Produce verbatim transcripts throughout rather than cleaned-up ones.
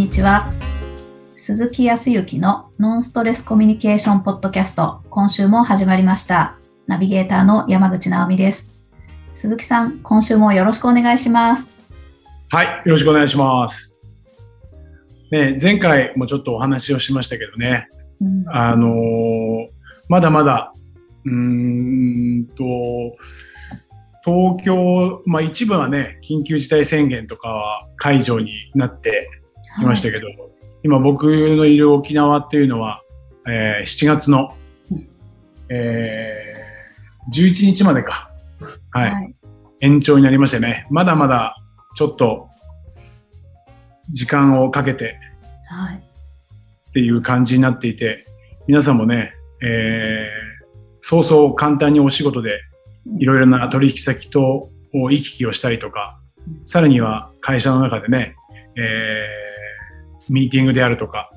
にちは。鈴木康之のノンストレスコミュニケーションポッドキャスト、今週も始まりました。ナビゲーターの山口直美です。鈴木さん、今週もよろしくお願いします。 はい、よろしくお願いします。ね、前回もちょっとお話をしましたけどね、うん、あのー、まだまだうーんと東京、まあ、一部はね緊急事態宣言とかは解除になってきましたけど、はい、今僕のいる沖縄っていうのは、えー、しちがつの、えー、じゅういちにちまでか、はいはい、延長になりましてね、まだまだちょっと時間をかけてっていう感じになっていて、皆さんもね、えー、そうそう簡単にお仕事でいろいろな取引先と行き来をしたりとか、さらには会社の中でね、えー、ミーティングであるとか、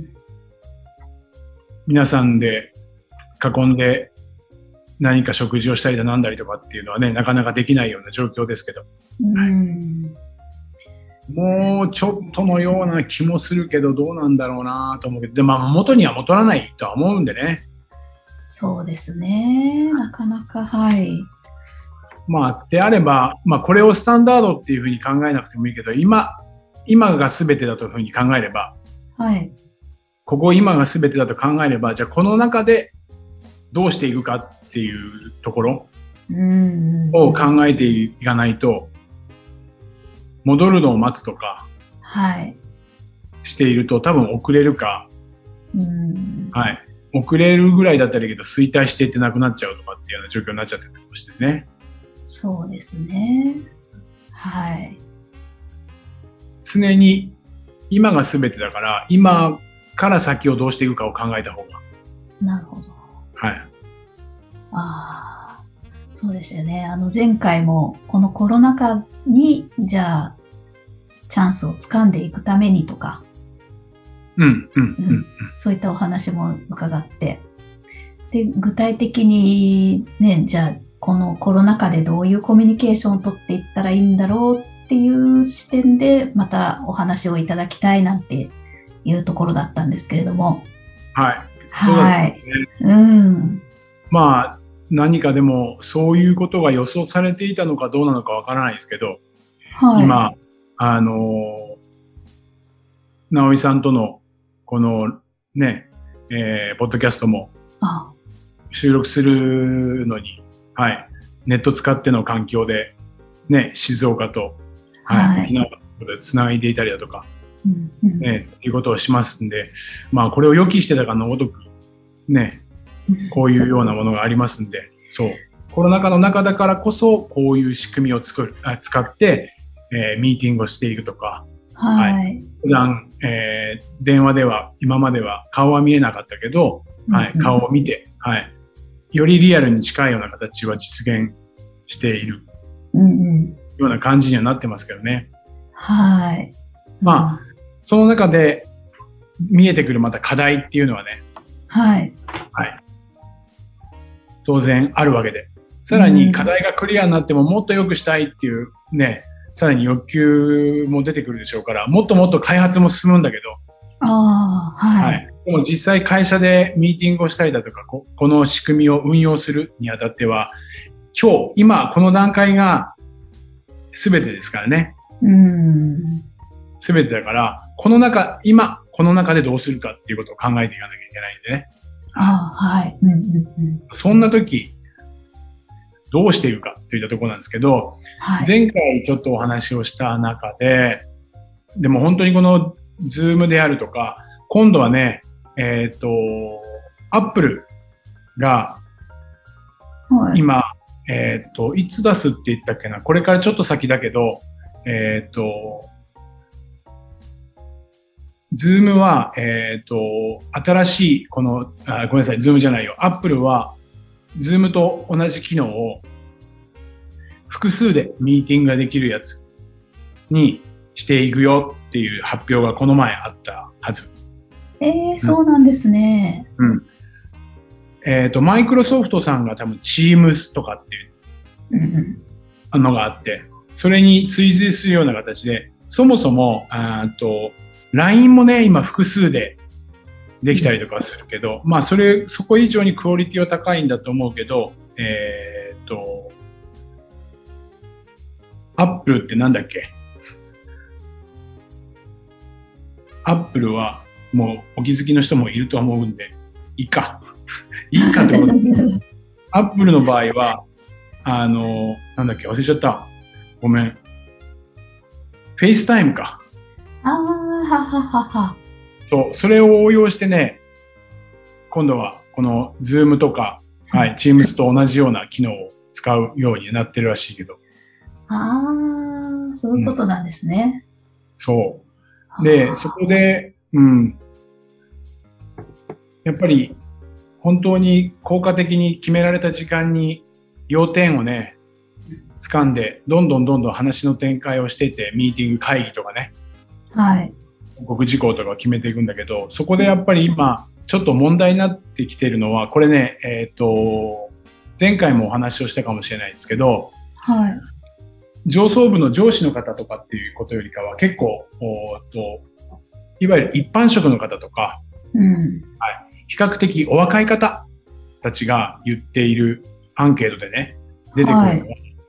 皆さんで囲んで何か食事をしたりだなんだりとかっていうのはね、なかなかできないような状況ですけど、うんはい、もうちょっとのような気もするけど、どうなんだろうなと思うけど、でもまあ元には戻らないとは思うんでね。 そうですね。なかなか、はい。 まあ、であれば、まあ、これをスタンダードっていうふうに考えなくてもいいけど、今、今が全てだというふうに考えれば、 はい。 ここ今が全てだと考えれば、じゃあこの中でどうしていくかっていうところを考えていかないと、戻るのを待つとか、 はい。 していると多分遅れるか、 うんはい。遅れるぐらいだったらいいけど衰退していってなくなっちゃうとかっていうような状況になっちゃってるかもしれないね。 そうですね。はい。 常に今が全てだから、今から先をどうしていくかを考えた方が。 なるほど。 はい。 ああ、そうですよね。あの前回もこのコロナ禍にじゃあチャンスを掴んでいくためにとか。 うんうんうんうん、 そういったお話も伺って、で具体的にね、じゃあこのコロナ禍でどういうコミュニケーションを取っていったらいいんだろうっていう視点でまたお話をいただきたいなんていうところだったんですけれども、 はい、 はい、そうだね、うん、 まあ何かでもそういうことが予想されていたのかどうなのかわからないですけど、はい、今あの直美さんとのこのね、えー、ポッドキャストも収録するのに、はい、ネット使っての環境でね、静岡と、はいはい、沖縄でつないでいたりだとか、うんうん、ね、いうことをしますんで、まあこれを予期してたかのごとくね、こういうようなものがありますんで、そうコロナ禍の中だからこそこういう仕組みを作るあ使って、えー、ミーティングをしているとか。 はい。 はい、普段、えー、電話では今までは顔は見えなかったけど、はい、顔を見て、はい、よりリアルに近いような形は実現している、うんうん、ような感じにはなってますけどね。 はい。 まあ、その中で見えてくるまた課題っていうのはね、 はい。 はい、当然あるわけで、さらに課題がクリアになってももっと良くしたいっていうね、さらに欲求も出てくるでしょうから、もっともっと開発も進むんだけど、 あ、はいはい、 でも実際会社でミーティングをしたりだとか、こ, この仕組みを運用するにあたっては、今日、今この段階が全てですからね。 うん。 全てだから、この中、今この中でどうするかっていうことを考えていかなきゃいけないんでね。 あ、はい。うんうんうん、 そんな時、どうしていくかといったところなんですけど、はい、前回ちょっとお話をした中で、でも本当にこのズームであるとか、今度はね、えっと、アップルが今、はい、えっと、いつ出すって言ったっけな、これからちょっと先だけど、えっと、ズームは、えっと、新しい、この、あ、ごめんなさい、ズームじゃないよ。アップルは、ズームと同じ機能を複数でミーティングができるやつにしていくよっていう発表がこの前あったはず。 えー、そうなんですね。 うん。えっと、マイクロソフトさんが多分 Teams とかっていうのがあって、それに追随するような形で、そもそも、あとライン もね、今複数でできたりとかするけど、うん、まあそれ、そこ以上にクオリティは高いんだと思うけど、えー、っと、アップルってなんだっけ？アップルはもうお気づきの人もいると思うんで、いいか。いいかってことで。アップルの場合は、あの、なんだっけ、忘れちゃった。ごめん。フェイスタイムか。 ああ、はははは。 そう、それを応用してね、今度はこの Zoom とか、はい、Teams と同じような機能を使うようになってるらしいけど。 ああ、そういうことなんですね。 うん、そう。で、そこで、うん。やっぱり、本当に効果的に決められた時間に要点をね、掴んで、どんどんどんどん話の展開をしていて、ミーティング会議とかね。 はい。 報告事項とかを決めていくんだけど、そこでやっぱり今、ちょっと問題になってきているのは、これね、えっと、前回もお話をしたかもしれないですけど、 はい。 上層部の上司の方とかっていうことよりかは、結構、おっと、いわゆる一般職の方とか、 うん、 はい、比較的お若い方たちが言っているアンケートでね、出てくるのは、はい、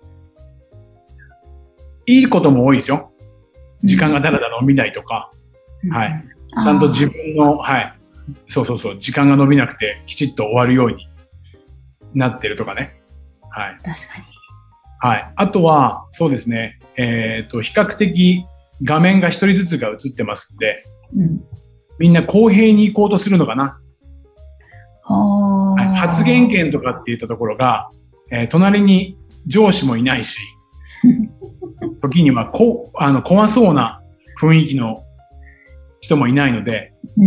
いいことも多いですよ。時間がだらだら伸びないとか、うん、はい。ちゃんと自分の、はい。そうそうそう、時間が伸びなくてきちっと終わるようになってるとかね。はい。 確かに。 はい。あとは、そうですね、えっと、比較的画面が一人ずつが映ってますんで、うん、みんな公平に行こうとするのかな。はい、発言権とかって言ったところが、えー、隣に上司もいないし、時にはこあの怖そうな雰囲気の人もいないので、うん、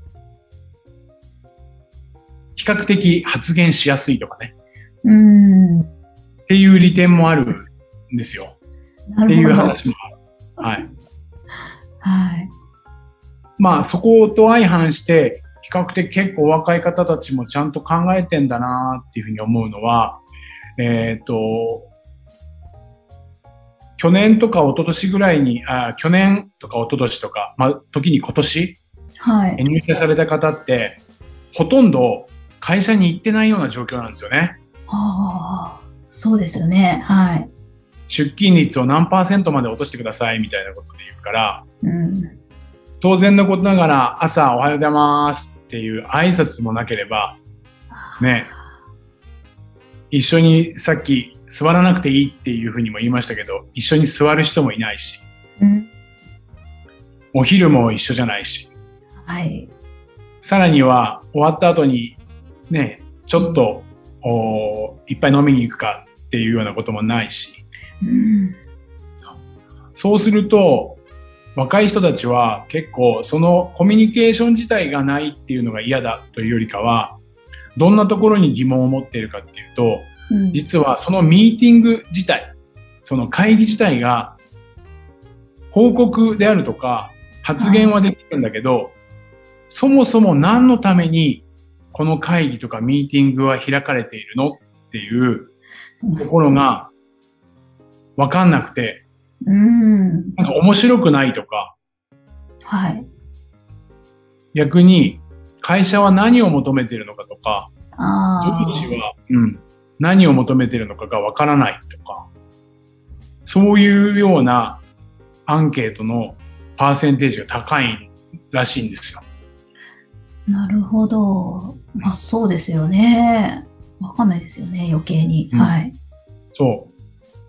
比較的発言しやすいとかね、うん、っていう利点もあるんですよ。っていう話もある。はい。 はい。 まあそこと相反して比較的結構若い方たちもちゃんと考えてんだなっていうふうに思うのは、えっと、去年とか一昨年ぐらいに、あ、去年とか一昨年とか、まあ時に今年、はい、入社された方ってほとんど会社に行ってないような状況なんですよね。 はあ、そうですよね。はい。 出勤率を何パーセントまで落としてくださいみたいなことで言うから、うん、当然のことながら朝おはようございますっていう挨拶もなければ、ね、一緒にさっき座らなくていいっていうふうにも言いましたけど、一緒に座る人もいないし、うん、お昼も一緒じゃないし、 はい、 さらには終わった後にね、ちょっと、うん、おいっぱい飲みに行くかっていうようなこともないし、うん、そうすると若い人たちは結構そのコミュニケーション自体がないっていうのが嫌だというよりかは、どんなところに疑問を持っているかっていうと、うん、実はそのミーティング自体、その会議自体が報告であるとか発言はできるんだけど、そもそも何のためにこの会議とかミーティングは開かれているのっていうところが分かんなくて、うん、なんか面白くないとか、 はい、 逆に会社は何を求めているのかとか、上司は、うん、何を求めているのかがわからないとか、そういうようなアンケートのパーセンテージが高いらしいんですよ。 なるほど。まあそうですよね。わかんないですよね、余計に。うん、はい。 そう。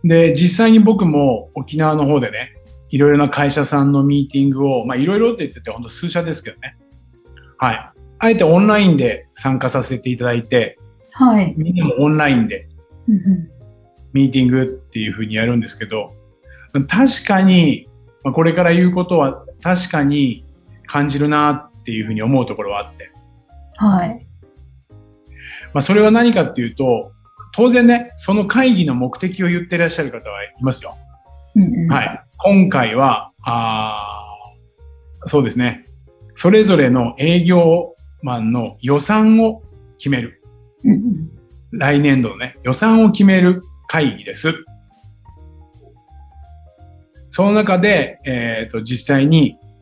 で、実際に僕も沖縄の方でね、いろいろな会社さんのミーティングを、まあいろいろって言っててほんと数社ですけどね。はい。あえてオンラインで参加させていただいて、はい。みんなもオンラインでミーティングっていう風にやるんですけど、確かに、まあ、これから言うことは確かに感じるなっていう風に思うところはあって。はい。まあそれは何かっていうと、当然ね、その会議の目的を言ってらっしゃる方はいますよ。うんうん、はい。今回は、あそうですね。それぞれの営業マンの予算を決める。うんうん、来年度のね、予算を決める会議です。その中で、えっと、実際に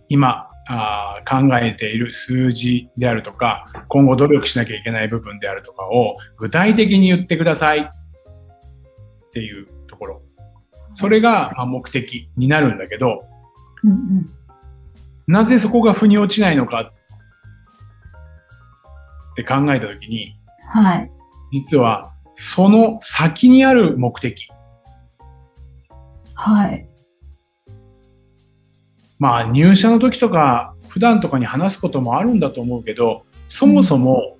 今あ考えている数字であるとか、今後努力しなきゃいけない部分であるとかを具体的に言ってくださいっていうところ。それが目的になるんだけど、 うんうん、 なぜそこが腑に落ちないのかって考えたときに、 はい、 実はその先にある目的。 はい。 まあ入社の時とか普段とかに話すこともあるんだと思うけど、そもそも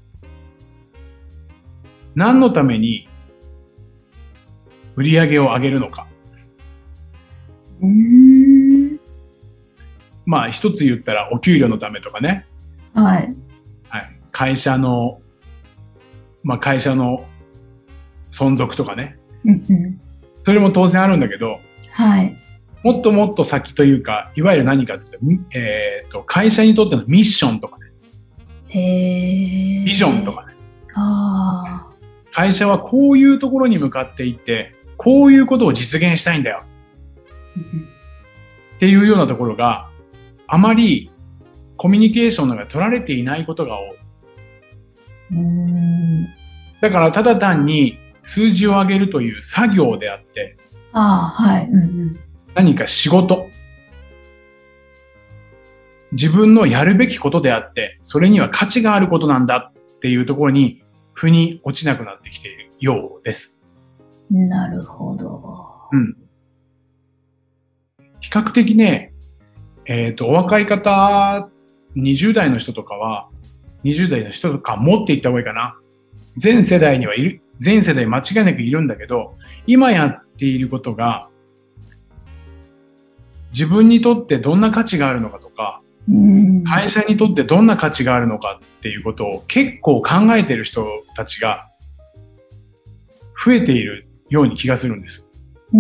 何のために売り上げを上げるのか。 うーん、 まあ一つ言ったらお給料のためとかね。 はい。 はい、会社の、まあ会社の存続とかね。 うんうん、 それも当然あるんだけど、 はい。 もっともっと先というか、いわゆる何かって言ったら、えーと、会社にとってのミッションとかね。 へー。 ビジョンとかね。 ああ。 会社はこういうところに向かっていって、こういうことを実現したいんだよ。っていうようなところがあまりコミュニケーションが取られていないことが多い。 うーん、 だからただ単に数字を上げるという作業であって、 ああ、はい、うんうん、 何か仕事、自分のやるべきことであって、それには価値があることなんだっていうところに腑に落ちなくなってきているようです。 なるほど。 うん。比較的ね、えっと、お若い方、にじゅう代の人とかは、にじゅう代の人とか持っていった方がいいかな。全世代にはいる、全世代間違いなくいるんだけど、今やっていることが、自分にとってどんな価値があるのかとか、 うん、 会社にとってどんな価値があるのかっていうことを結構考えている人たちが増えているように気がするんです。 うん、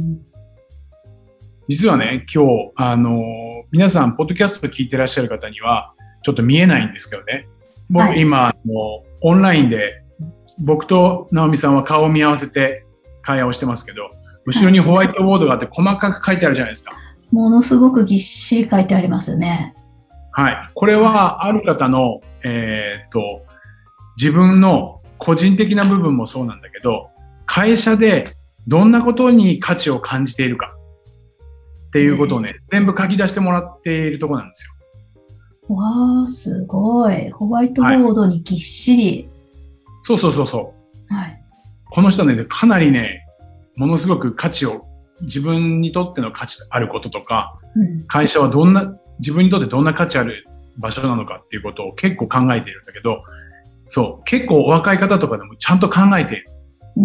実はね、今日、あの、皆さん、ポッドキャスト聞いてらっしゃる方には、ちょっと見えないんですけどね。僕、はい、今、もうオンラインで、僕と直美さんは顔を見合わせて会話をしてますけど、後ろにホワイトボードがあって細かく書いてあるじゃないですか。 ものすごくぎっしり書いてありますよね。 はい。これは、ある方の、えーっと、自分の個人的な部分もそうなんだけど、会社でどんなことに価値を感じているかっていうことをね、全部書き出してもらっているところなんですよ。 わー、すごい。ホワイトボードにぎっしり。はい、 そうそうそうそう。 はい。 この人ね、かなりね、ものすごく価値を、自分にとっての価値あることとか、うん、会社はどんな、自分にとってどんな価値ある場所なのかっていうことを結構考えているんだけど、そう、結構お若い方とかでもちゃんと考えている。 うん、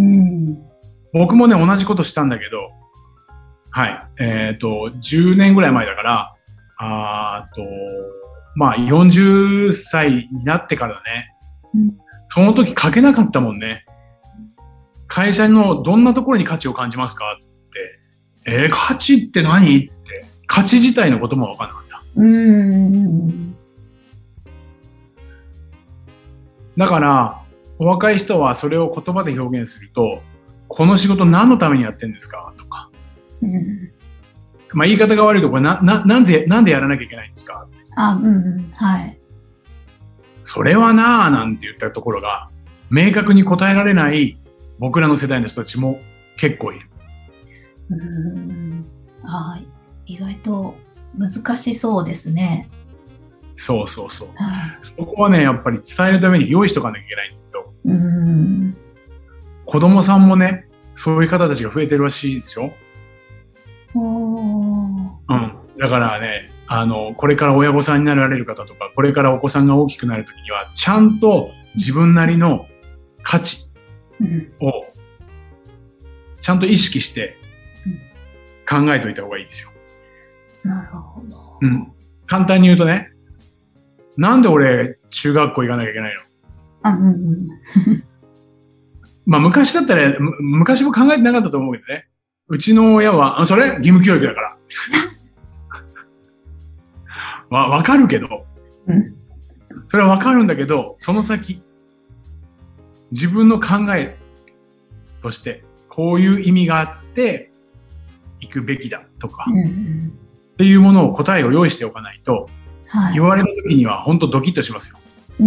僕もね、同じことしたんだけど、はい、えっと、じゅうねんぐらい前だから、あーと、まあよんじゅっさいになってからね、うん、その時書けなかったもんね。会社のどんなところに価値を感じますかって、えー、価値って何って、価値自体のことも分からなかった。 うーん。 だから、お若い人はそれを言葉で表現すると、この仕事何のためにやってんですかとか。うん、まあ言い方が悪いとこれな、な、なんで、なんでやらなきゃいけないんですかあ、うん、うん、はい。 それはなぁなんて言ったところが、明確に答えられない僕らの世代の人たちも結構いる。 うーん。あ、意外と難しそうですね。 そうそうそう。そこはね、やっぱり伝えるために用意しとかなきゃいけないんだけど。 うーん。 子供さんもね、そういう方たちが増えてるらしいですよ。 おー。 うん。だからね、あの、これから親御さんになられる方とか、これからお子さんが大きくなるときには、ちゃんと自分なりの価値をちゃんと意識して考えておいた方がいいですよ。 なるほど。 うん。簡単に言うとね、なんで俺中学校行かなきゃいけないの？ あ、うんうん。 まあ昔だったら、昔も考えてなかったと思うけどね。うちの親は、あ、それ義務教育だから。わ、わかるけど、 うん、 それはわかるんだけど、その先、自分の考えとして、こういう意味があって、行くべきだとか、 うんうん、 っていうものを答えを用意しておかないと、 はい、 言われた時には本当ドキッとしますよ。 うん、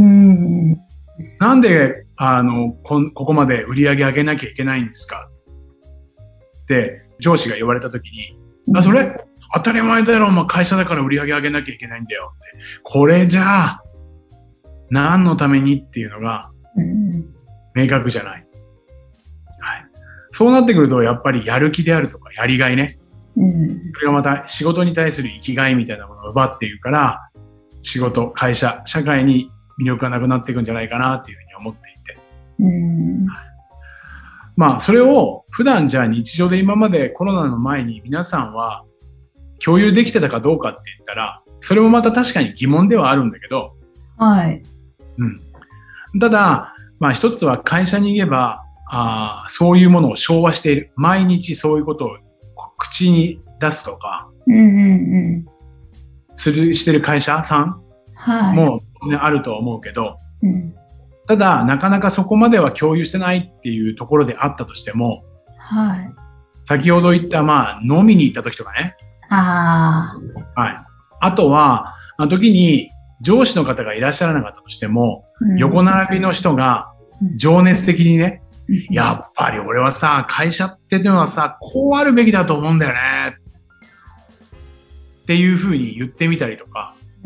なんであの こ, ここまで売り上げ上げなきゃいけないんですかって上司が言われた時に、うん、あそれ当たり前だろ、まあ、会社だから売り上げ上げなきゃいけないんだよって、これじゃあ何のためにっていうのが明確じゃない、はい、そうなってくるとやっぱりやる気であるとかやりがいね、うん、それがまた仕事に対する生きがいみたいなものを奪っているから、仕事、会社、社会に魅力がなくなっていくんじゃないかなっていうふうに思っていて、うん、まあそれを普段じゃあ日常で今までコロナの前に皆さんは共有できてたかどうかって言ったら、それもまた確かに疑問ではあるんだけど、 はい、 うん、ただまあ一つは会社に行けばあそういうものを昭和している、毎日そういうことを口に出すとか、うんうんうん、するしてる会社さんも当然あるとは思うけど、うん、ただなかなかそこまでは共有してないっていうところであったとしても、はい、先ほど言ったまあ飲みに行った時とかね、あ, はい、あとはあの時に上司の方がいらっしゃらなかったとしても、うん、横並びの人が情熱的にね、うん、やっぱり俺はさ会社っていうのはさこうあるべきだと思うんだよねっていうふうに言ってみたりとか、うん、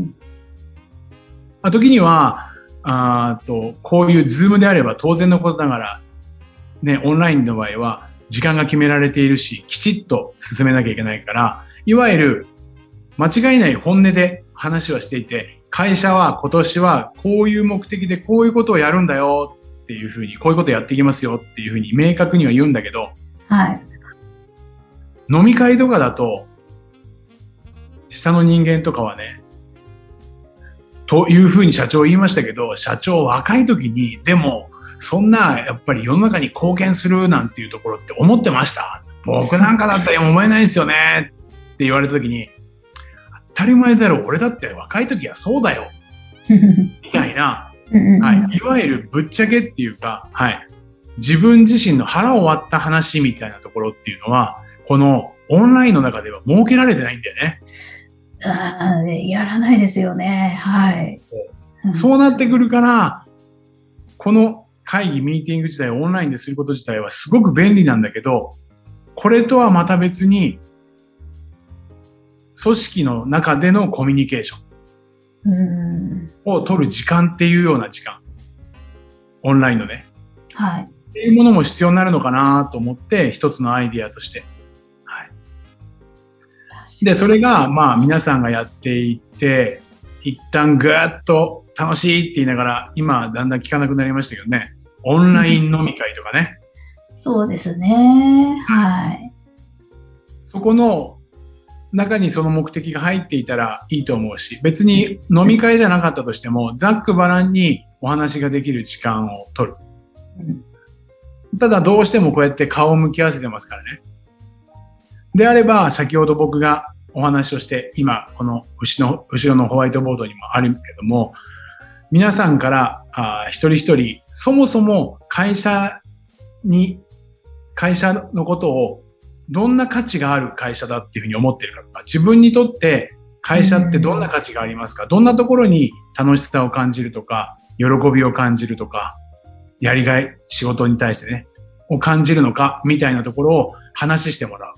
時にはあとこういうズームであれば当然のことながら、ね、オンラインの場合は時間が決められているしきちっと進めなきゃいけないから、いわゆる間違いない本音で話はしていて、会社は今年はこういう目的でこういうことをやるんだよっていうふうに、こういうことやっていきますよっていうふうに明確には言うんだけど、はい、飲み会とかだと下の人間とかはね、というふうに社長言いましたけど、社長若い時にでもそんなやっぱり世の中に貢献するなんていうところって思ってました？僕なんかだったら思えないですよねって言われた時に、当たり前だろ、俺だって若い時はそうだよみたいな、はい、いわゆるぶっちゃけっていうか、はい、自分自身の腹を割った話みたいなところっていうのはこのオンラインの中では設けられてないんだよね。 あやらないですよね。はい。 そうなってくるから、この会議、ミーティング自体をオンラインですること自体はすごく便利なんだけど、これとはまた別に組織の中でのコミュニケーションを取る時間っていうような時間、オンラインのね、はい、っていうものも必要になるのかなと思って、一つのアイディアとして、はい、でそれがまあ皆さんがやっていって一旦ぐーっと楽しいって言いながら、今だんだん聞かなくなりましたけどね、オンライン飲み会とかねそうですね、はい、 そこの中にその目的が入っていたらいいと思うし、別に飲み会じゃなかったとしてもざっくばらんにお話ができる時間を取る、うん、ただどうしてもこうやって顔を向き合わせてますからね。であれば先ほど僕がお話をして今この後ろの、後ろのホワイトボードにもあるけども、皆さんからあ一人一人そもそも会社に会社のことをどんな価値がある会社だっていうふうに思っているかとか、自分にとって会社ってどんな価値がありますか、どんなところに楽しさを感じるとか喜びを感じるとかやりがい、仕事に対してねを感じるのかみたいなところを話してもらう。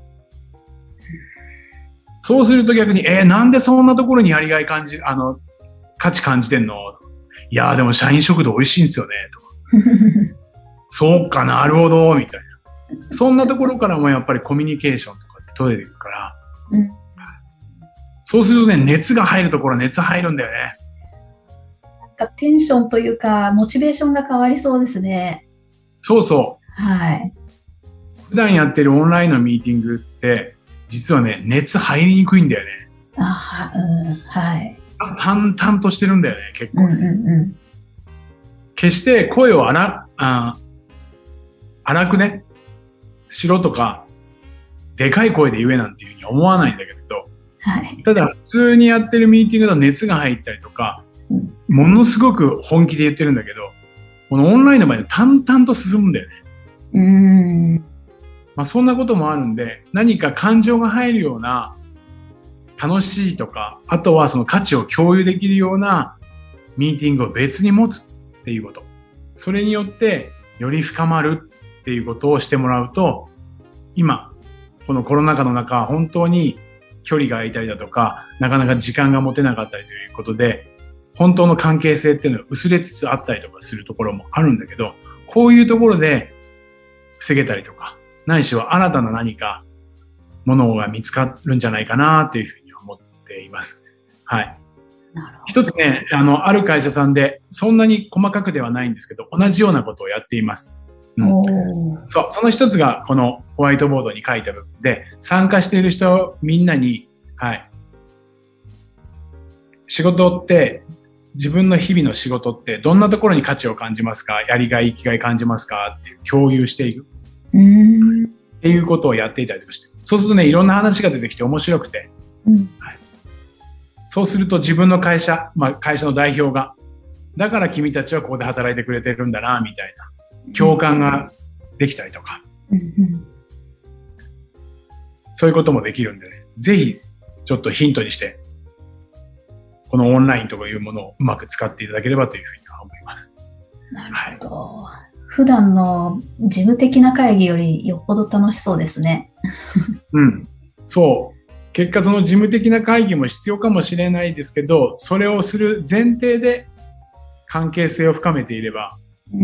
そうすると逆にえー、なんでそんなところにやりがい感じる、あの価値感じてんの、いやーでも社員食堂美味しいんですよねとかそうかなるほどみたいな、そんなところからもやっぱりコミュニケーションとかって取れていくから、うん、そうするとね、熱が入るところ熱入るんだよね。 なんかテンションというかモチベーションが変わりそうですね。 そうそう、 はい、 普段やってるオンラインのミーティングって実はね熱入りにくいんだよね。 あ、うん、はい、 淡々としてるんだよね結構ね、うんうんうん、決して声を荒あ荒くねしろとかでかい声で言えなんていうふうに思わないんだけど、はい、ただ普通にやってるミーティングだと熱が入ったりとか、うん、ものすごく本気で言ってるんだけど、このオンラインの場合は淡々と進むんだよね。うーん、まあ、そんなこともあるんで、何か感情が入るような楽しいとか、あとはその価値を共有できるようなミーティングを別に持つっていうこと。それによってより深まるっていうことをしてもらうと、今、このコロナ禍の中、本当に距離が空いたりだとか、なかなか時間が持てなかったりということで、本当の関係性っていうのが薄れつつあったりとかするところもあるんだけど、こういうところで防げたりとか、ないしは新たな何かものが見つかるんじゃないかなっていうふうに思っています。はい。一つね、あの、ある会社さんで、そんなに細かくではないんですけど、同じようなことをやっています。うん、そう、その一つがこのホワイトボードに書いた部分で、参加している人みんなに、はい。仕事って、自分の日々の仕事ってどんなところに価値を感じますか、やりがい、生きがい感じますかっていう共有していく。うーんっていうことをやっていたりとかして。そうするとね、いろんな話が出てきて面白くて。うんはい、そうすると自分の会社、まあ会社の代表が、だから君たちはここで働いてくれてるんだな、みたいな共感ができたりとか。うんうん、そういうこともできるんでね、ぜひちょっとヒントにして、このオンラインというものをうまく使っていただければというふうには思います。 なるほど。はい、普段の事務的な会議よりよっぽど楽しそうですね。 うん。そう。結果その事務的な会議も必要かもしれないですけど、それをする前提で関係性を深めていれば、うん、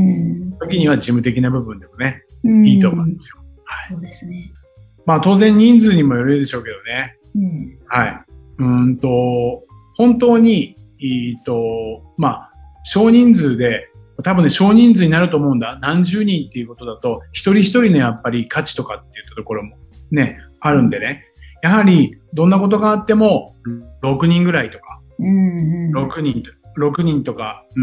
時には事務的な部分でもね、うん、いいと思うんですよ。 はい、そうですね。 まあ当然人数にもよるでしょうけどね。うん、はい。うんと、本当に、えっと、まあ、少人数で、多分ね、少人数になると思うんだ。何十人っていうことだと、一人一人のやっぱり価値とかっていったところもね、あるんでね。やはり、どんなことがあっても、ろくにんぐらいとか、うんうん、ろくにん、ろくにんとか、うん、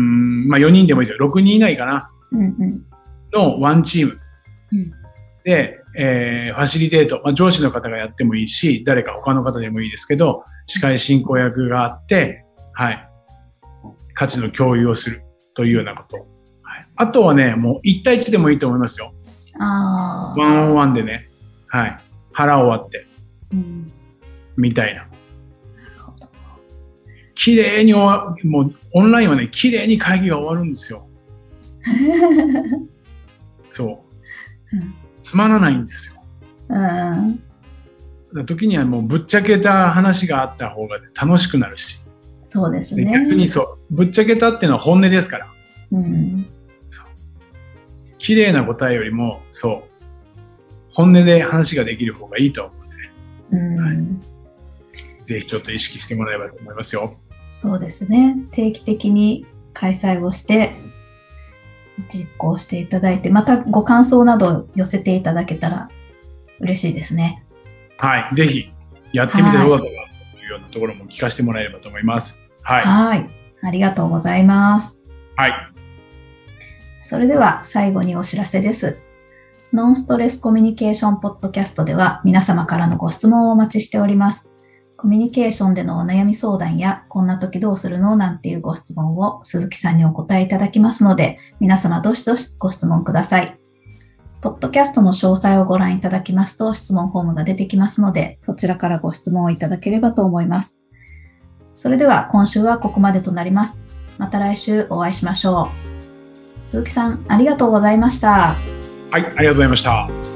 まあよにんでもいいですよ。ろくにん以内かな。うんうん、のワンチーム。うん、で、えー、ファシリテート、まあ、上司の方がやってもいいし、誰か他の方でもいいですけど、司会進行役があって、はい。価値の共有をするというようなこと。はい、あとはね、もういち対いちでもいいと思いますよ。あワンオンワンでね、はい。腹を割って、うん、みたいな。なるほど。綺麗に終わ、もうオンラインはね、綺麗に会議が終わるんですよ。そう。うんつまらないんですよ。うん、時にはもうぶっちゃけた話があった方が楽しくなるし。 そうですね。 逆にそう、ぶっちゃけたっていうのは本音ですから。うん、そう綺麗な答えよりも、そう、本音で話ができる方がいいと思うんでね。うんはい、ぜひちょっと意識してもらえばと思いますよ。 そうですね。定期的に開催をして、実行していただいて、またご感想など寄せていただけたら嬉しいですね。 はい、ぜひやってみてどうだったかというようなところも聞かせてもらえればと思います。はい、 はいありがとうございます。 はい。 それでは最後にお知らせです。ノンストレスコミュニケーションポッドキャストでは皆様からのご質問をお待ちしております。コミュニケーションでのお悩み相談や、こんな時どうするのなんていうご質問を鈴木さんにお答えいただきますので、皆様どしどしご質問ください。ポッドキャストの詳細をご覧いただきますと、質問フォームが出てきますので、そちらからご質問をいただければと思います。それでは今週はここまでとなります。また来週お会いしましょう。鈴木さん、ありがとうございました。 はい、ありがとうございました。